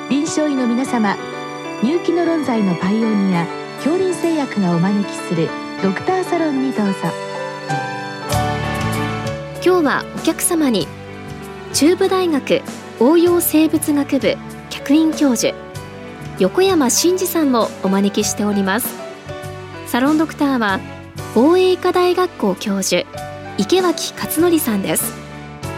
臨床医の皆様、入気の論剤のパイオニア杏林製薬がお招きするドクターサロンにどうぞ。 今日はお客様に中部大学応用生物学部客員教授横山真嗣さんをお招きしております。サロンドクターは防衛医科大学校教授池脇勝則さんです。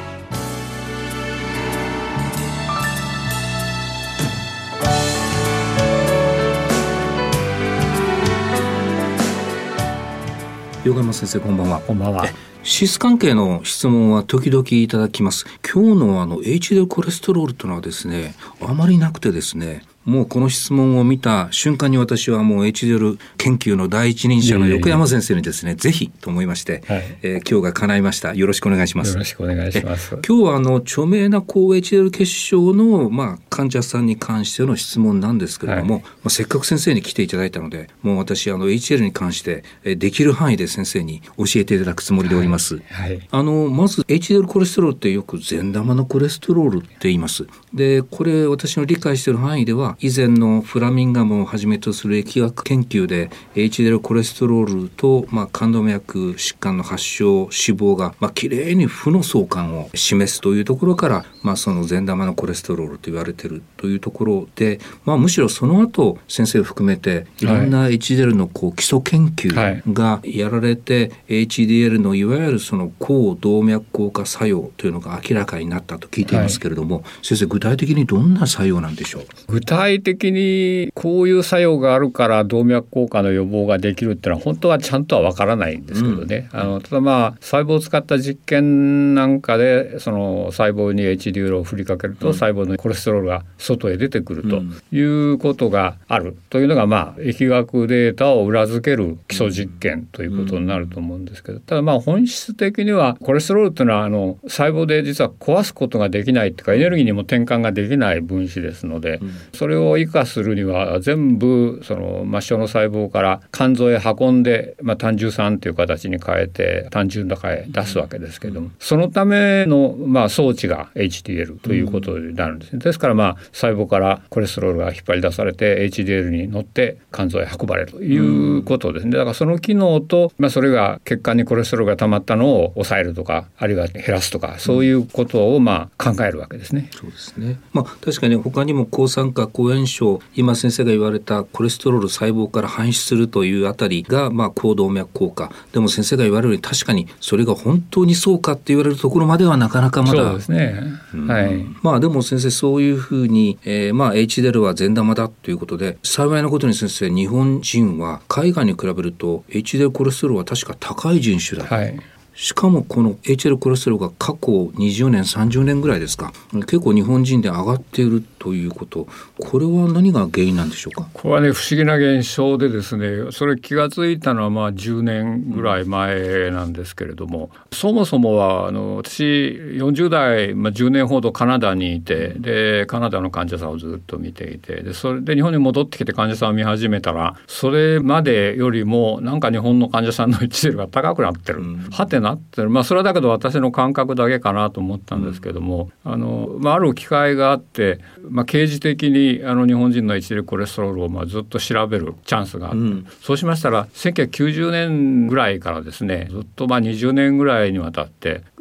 横山先生、こんばんは。 こんばんは。 脂質関係の質問は時々いただきます。今日のHDL コレステロールというのはですね、あまりなくてですね、もうこの質問を見た瞬間に私はもう HDL 研究の第一人者の横山先生にですね、ぜひと思いまして、今日が叶いました。よろしくお願いします。 よろしくお願いします。 今日は著名な高 HDL 血症の、患者さんに関しての質問なんですけれども、せっかく先生に来ていただいたので、もう私HDL に関してできる範囲で先生に教えていただくつもりでおります。まず HDL コレステロールってよく善玉のコレステロールって言います。で、これ私の理解している範囲では、以前のフラミンガムをはじめとする疫学研究で HDL コレステロールと、冠動脈疾患の発症死亡が、きれいに負の相関を示すというところから、その善玉のコレステロールと言われているというところで、むしろその後先生を含めていろんな HDL の基礎研究がやられて、HDL のいわゆるその抗動脈硬化作用というのが明らかになったと聞いていますけれども、先生、具体的にどんな作用なんでしょう？ 具体的にこういう作用があるから動脈硬化の予防ができるっていうのは本当はちゃんとはわからないんですけどね、ただ細胞を使った実験なんかでその細胞に HDL を振りかけると細胞のコレステロールが外へ出てくるということがあるというのが疫学データを裏付ける基礎実験ということになると思うんですけど、ただ本質的にはコレステロールというのは細胞で実は壊すことができないというかエネルギーにも転換ができない分子ですので、それを生かするには全部その末梢の細胞から肝臓へ運んで、単重酸という形に変えて単純高へ出すわけですけども、そのための装置が HDL ということになるんですね。ですから細胞からコレステロールが引っ張り出されて HDL に乗って肝臓へ運ばれるということですね。だからその機能と、それが血管にコレステロールが溜まったのを抑えるとかあるいは減らすとかそういうことを考えるわけですね。 そうですね。確かに他にも抗酸化抗炎症、今先生が言われたコレステロール細胞から排出するというあたりが抗動脈硬化でも先生が言われるように確かにそれが本当にそうかって言われるところまではなかなかまだそうですね、 でも先生そういうふうに、HDL は善玉だということで幸いなことに先生日本人は海外に比べると HDL コレステロールは確か高い人種だ、しかもこの HDL コレステロールが過去20年30年ぐらいですか、結構日本人で上がっているということ、これは何が原因なんでしょうか？ これはね、不思議な現象でですね、それ気がついたのは10年ぐらい前なんですけれども、そもそもは私40代、10年ほどカナダにいて、でカナダの患者さんをずっと見ていて、でそれで日本に戻ってきて患者さんを見始めたらそれまでよりもなんか日本の患者さんの HDL が高くなってる、はてなってる、それはだけど私の感覚だけかなと思ったんですけども、ある機会があって、刑事的に日本人の HDL コレステロールをずっと調べるチャンスがあって、そうしましたら1990年ぐらいからですね、ずっと20年ぐらいにわたって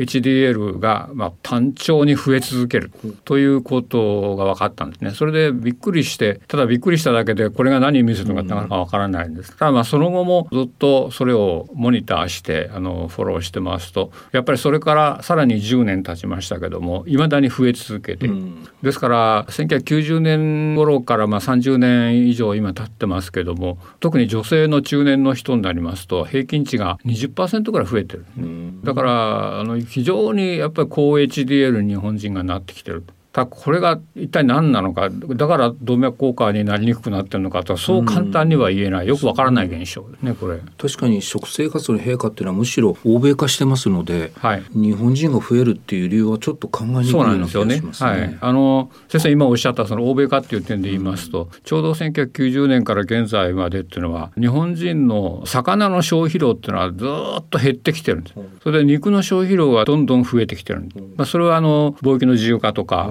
HDL が単調に増え続けるということが分かったんですね。それでびっくりして、ただびっくりしただけでこれが何を意味するのかなかなか分からないんです。ただその後もずっとそれをモニターしてフォローしてますと、やっぱりそれからさらに10年経ちましたけども未だに増え続けている、ですから1990年頃から30年以上今経ってますけども、特に女性の中年の人になりますと平均値が 20% ぐらい増えてる、だから非常にやっぱり高 HDL に日本人がなってきてる。これが一体何なのか、だから動脈硬化になりにくくなっているのかと、そう簡単には言えない、よくわからない現象ですね。これ確かに食生活の変化っていうのはむしろ欧米化してますので、日本人が増えるっていう理由はちょっと考えにくいような気がしますね。 先生今おっしゃったその欧米化っていう点で言いますと、ちょうど1990年から現在までっていうのは日本人の魚の消費量っていうのはずっと減ってきてるんです。それで肉の消費量はどんどん増えてきてるんです。それは貿易の自由化とか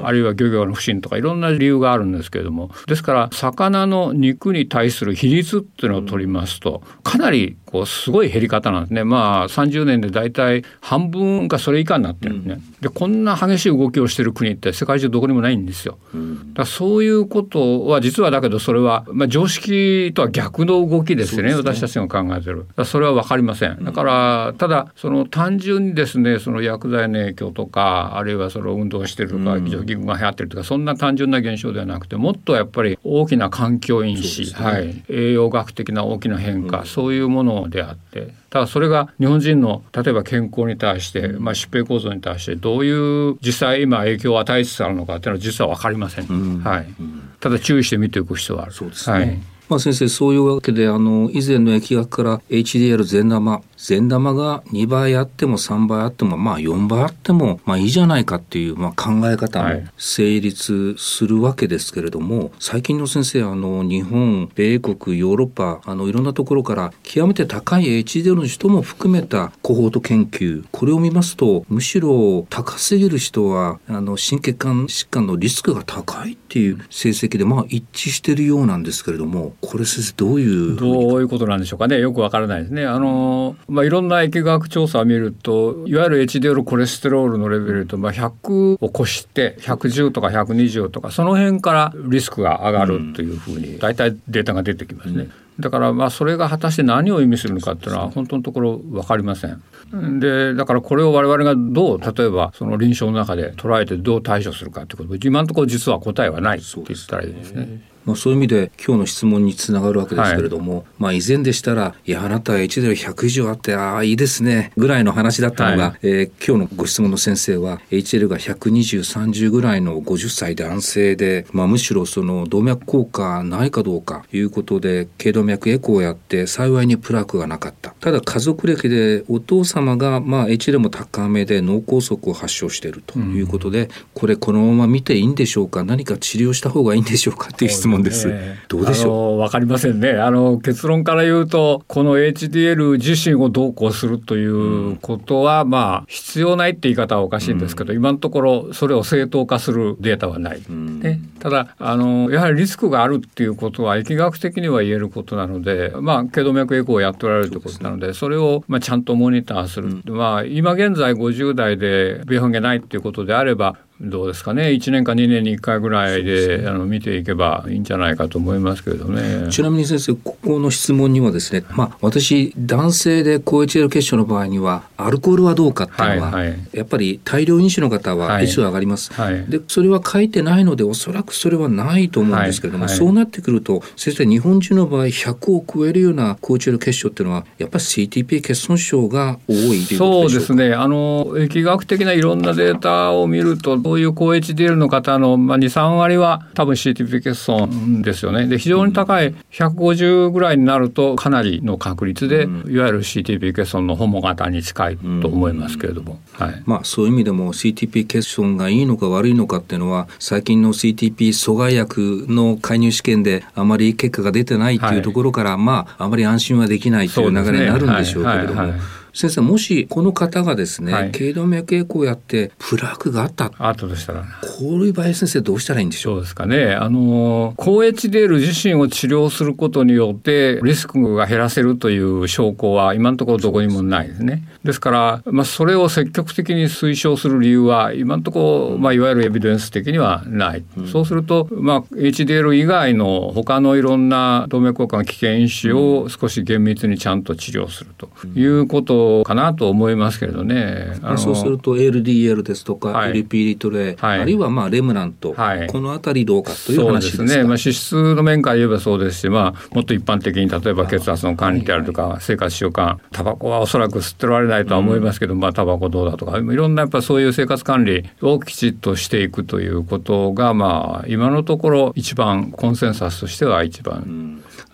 あるいは漁業の不振とかいろんな理由があるんですけれども、ですから魚の肉に対する比率っていうのを取りますとかなりすごい減り方なんですね。30年でだいたい半分かそれ以下になってるんですね。でこんな激しい動きをしている国って世界中どこにもないんですよ。だからそういうことは実はだけどそれは常識とは逆の動きですね。私たちが考えてる。それは分かりません。だからただ単純にですね薬剤の影響とかあるいは運動してるとかジョギングが流行ってるとかそんな単純な現象ではなくてもっとやっぱり大きな環境因子、栄養学的な大きな変化、そういうものであって、ただそれが日本人の例えば健康に対して、疾病構造に対してどういう実際今影響を与えつつあるのかっていうのは実は分かりません。ただ注意して見ていく必要がある。 そうですね。先生そういうわけで以前の疫学から HDL 善玉が2倍あっても3倍あっても4倍あってもいいじゃないかっていう考え方も成立するわけですけれども、最近の先生日本、米国、ヨーロッパいろんなところから極めて高い HDL の人も含めたコホート研究、これを見ますとむしろ高すぎる人は心血管疾患のリスクが高いっていう成績で一致しているようなんですけれども、これ先生どういうことなんでしょうかね。よくわからないですね。いろんな疫学調査を見るといわゆる HDL コレステロールのレベルと100を超して110とか120とかその辺からリスクが上がるというふうに大体データが出てきますね。だからそれが果たして何を意味するのかっていうのは本当のところ分かりません。でだからこれを我々がどう例えば臨床の中で捉えてどう対処するかということ今のところ実は答えはないって言ったらいいですね。 そういう意味で今日の質問につながるわけですけれども、以前でしたらあなたは HDL100 以上あっていいですねぐらいの話だったのが、今日のご質問の先生は HDL が120、30ぐらいの50歳男性で、むしろ動脈硬化ないかどうかいうことで頸動脈エコーをやって幸いにプラークがなかった。ただ家族歴でお父様がHDL も高めで脳梗塞を発症しているということで、このまま見ていいんでしょうか、何か治療した方がいいんでしょうかっていう質問です。どうでしょう。 分かりませんね。結論から言うとこの HDL 自身をどうこうするということは必要ないって言い方はおかしいんですけど、今のところそれを正当化するデータはない、ただやはりリスクがあるっていうことは疫学的には言えることなので、頸動脈エコーをやっておられるということなのでそれをちゃんとモニターする、今現在50代で病変がないっていうことであればどうですかね、1年か2年に1回ぐらいで見ていけばいいんじゃないかと思いますけれどね。 ちなみに先生ここの質問にはですね、私男性で高 HDL 血症の場合にはアルコールはどうかっていうのは、やっぱり大量飲酒の方は率が上がります、でそれは書いてないのでおそらくそれはないと思うんですけれども、そうなってくると先生日本人の場合100を超えるような高 HDL 血症っていうのはやっぱり CTP 欠損症が多いということでしょうか。 そうですね。疫学的ないろんなデータを見るとそういう高 HDL の方の 2,3 割は多分 CTP 欠損ですよね。で非常に高い150ぐらいになるとかなりの確率で、いわゆる CTP 欠損のホモ型に近いと思いますけれども、 そういう意味でも CTP 欠損がいいのか悪いのかっていうのは最近の CTP 阻害薬の介入試験であまり結果が出てないっていうところから、あまり安心はできないという流れになるんでしょうけれども、先生もしこの方がですね、頸動脈エコーをやってプラークがあったとしたらこういう場合先生どうしたらいいんでしょう。 そうですかね。高 HDL 自身を治療することによってリスクが減らせるという証拠は今のところどこにもないですね。ですから、それを積極的に推奨する理由は今のところ、いわゆるエビデンス的にはない、そうすると、HDL 以外の他のいろんな動脈硬化の危険因子を少し厳密にちゃんと治療するということかなと思いますけれどね。 そうすると LDL ですとか、LP リトレ、あるいはレムナント、このあたりどうかという話ですか。 そうですね。脂質の面から言えばそうですし、もっと一般的に例えば血圧の管理であるとか、生活習慣、タバコはおそらく吸っておられないとは思いますけど、タバコどうだとかいろんなやっぱそういう生活管理をきちっとしていくということが今のところ一番コンセンサスとしては一番、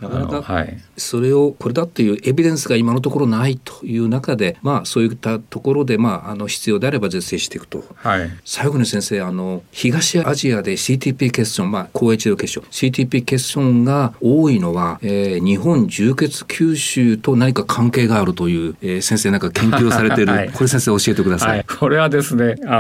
なかなかそれをこれだっていうエビデンスが今のところないという中で、そういったところで、必要であれば是正していくと、最後に先生、東アジアで CTP 欠損、高 HDL 欠損 CTP 欠損が多いのは、日本充血吸収と何か関係があるという、先生なんか研究をされている、これ先生教えてください。 これはですね、実は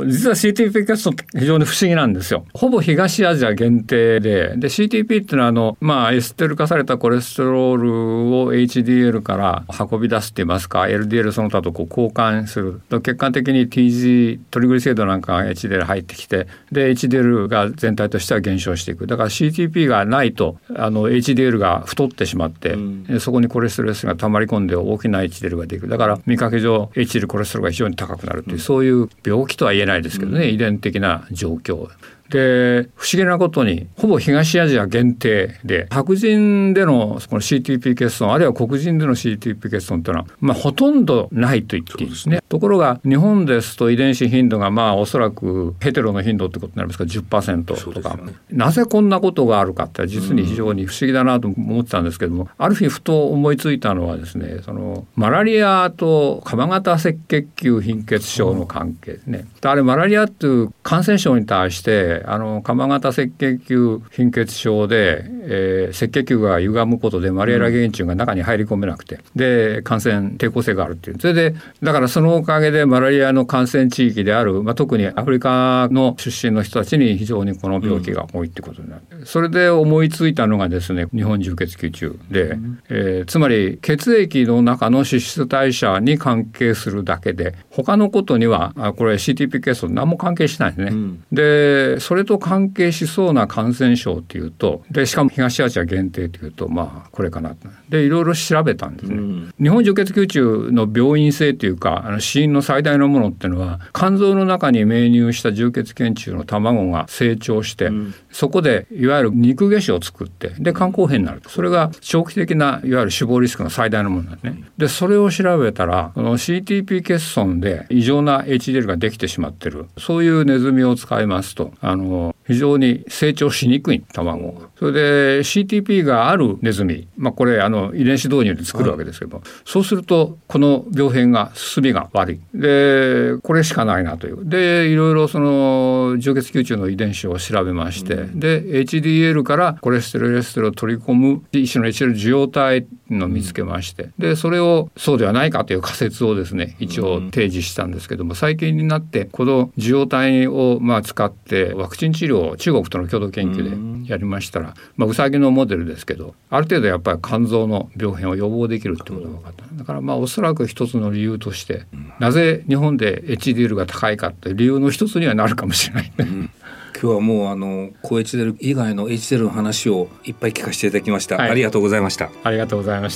CTP 欠損って非常に不思議なんですよ。ほぼ東アジア限定で CTP っていうのはエステル化されたコレステロールを HDL から運び出すって言いますか、 LDL その他と交換すると結果的に TG トリグリセリドなんかが HDL 入ってきて、で HDL が全体としては減少していく。だから CTP がないとHDL が太ってしまって、そこにコレステロールが溜まり込んで大きな HDL ができる。だから見かけ上 HDL コレステロールが非常に高くなるという、そういう病気とは言えないですけどね、遺伝的な状況で、不思議なことにほぼ東アジア限定で白人でのこの CTP 欠損、あるいは黒人での CTP 欠損というのは、ほとんどないと言っていいですね。ところが日本ですと遺伝子頻度がおそらくヘテロの頻度ってことになりますから 10% とか、なぜこんなことがあるかって実に非常に不思議だなと思ってたんですけども、ある日ふと思いついたのはですね、そのマラリアと鎌形赤血球貧血症の関係ですね。あれマラリアっていう感染症に対して鎌形赤血球貧血症で、赤血球が歪むことでマラリア原虫が中に入り込めなくて、で感染抵抗性があるっていう。それでだからそのおかげでマラリアの感染地域である、特にアフリカの出身の人たちに非常にこの病気が多いってことになる。それで思いついたのがですね、日本充血吸中で、つまり血液の中の脂質代謝に関係するだけで他のことにはこれ CTP 欠損何も関係しないですね。でそれと関係しそうな感染症っていうと、でしかも東アジア限定っていうとこれかなでいろいろ調べたんですね。日本充血吸中の病因性っていうか死因の最大のものっていうのは、肝臓の中に命入した充血腱虫の卵が成長して、そこでいわゆる肉下死を作って、で肝硬変になる。それが長期的ないわゆる死亡リスクの最大のものなんですね。でそれを調べたらCTP 欠損で異常な HDL ができてしまってる、そういうネズミを使いますと非常に成長しにくい卵。それで CTP があるネズミ、これ遺伝子導入で作るわけですけども、そうするとこの病変が進みが悪い。でこれしかないなという。でいろいろその充血吸中の遺伝子を調べまして、で HDL からコレステロールエステロを取り込む一種の HDL 受容体の見つけまして、でそれをそうではないかという仮説をですね一応提示したんですけども、最近になってこの受容体を使ってワクチン治療を中国との共同研究でやりましたら、ウサギのモデルですけど、ある程度やっぱり肝臓の病変を予防できるってことが分かった。だからおそらく一つの理由として、なぜ日本で HDL が高いかという理由の一つにはなるかもしれない、 今日はもう高 HDL 以外の HDL の話をいっぱい聞かせていただきました、ありがとうございました。 ありがとうございました。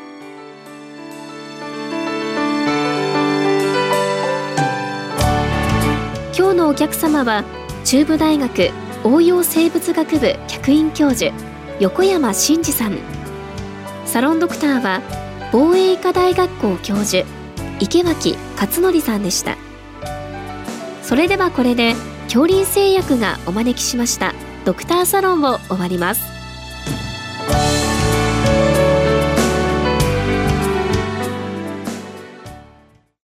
今日のお客様は中部大学応用生物学部客員教授横山真嗣さん。サロンドクターは防衛医科大学校教授池脇勝則さんでした。それではこれで恐林製薬がお招きしましたドクターサロンを終わります。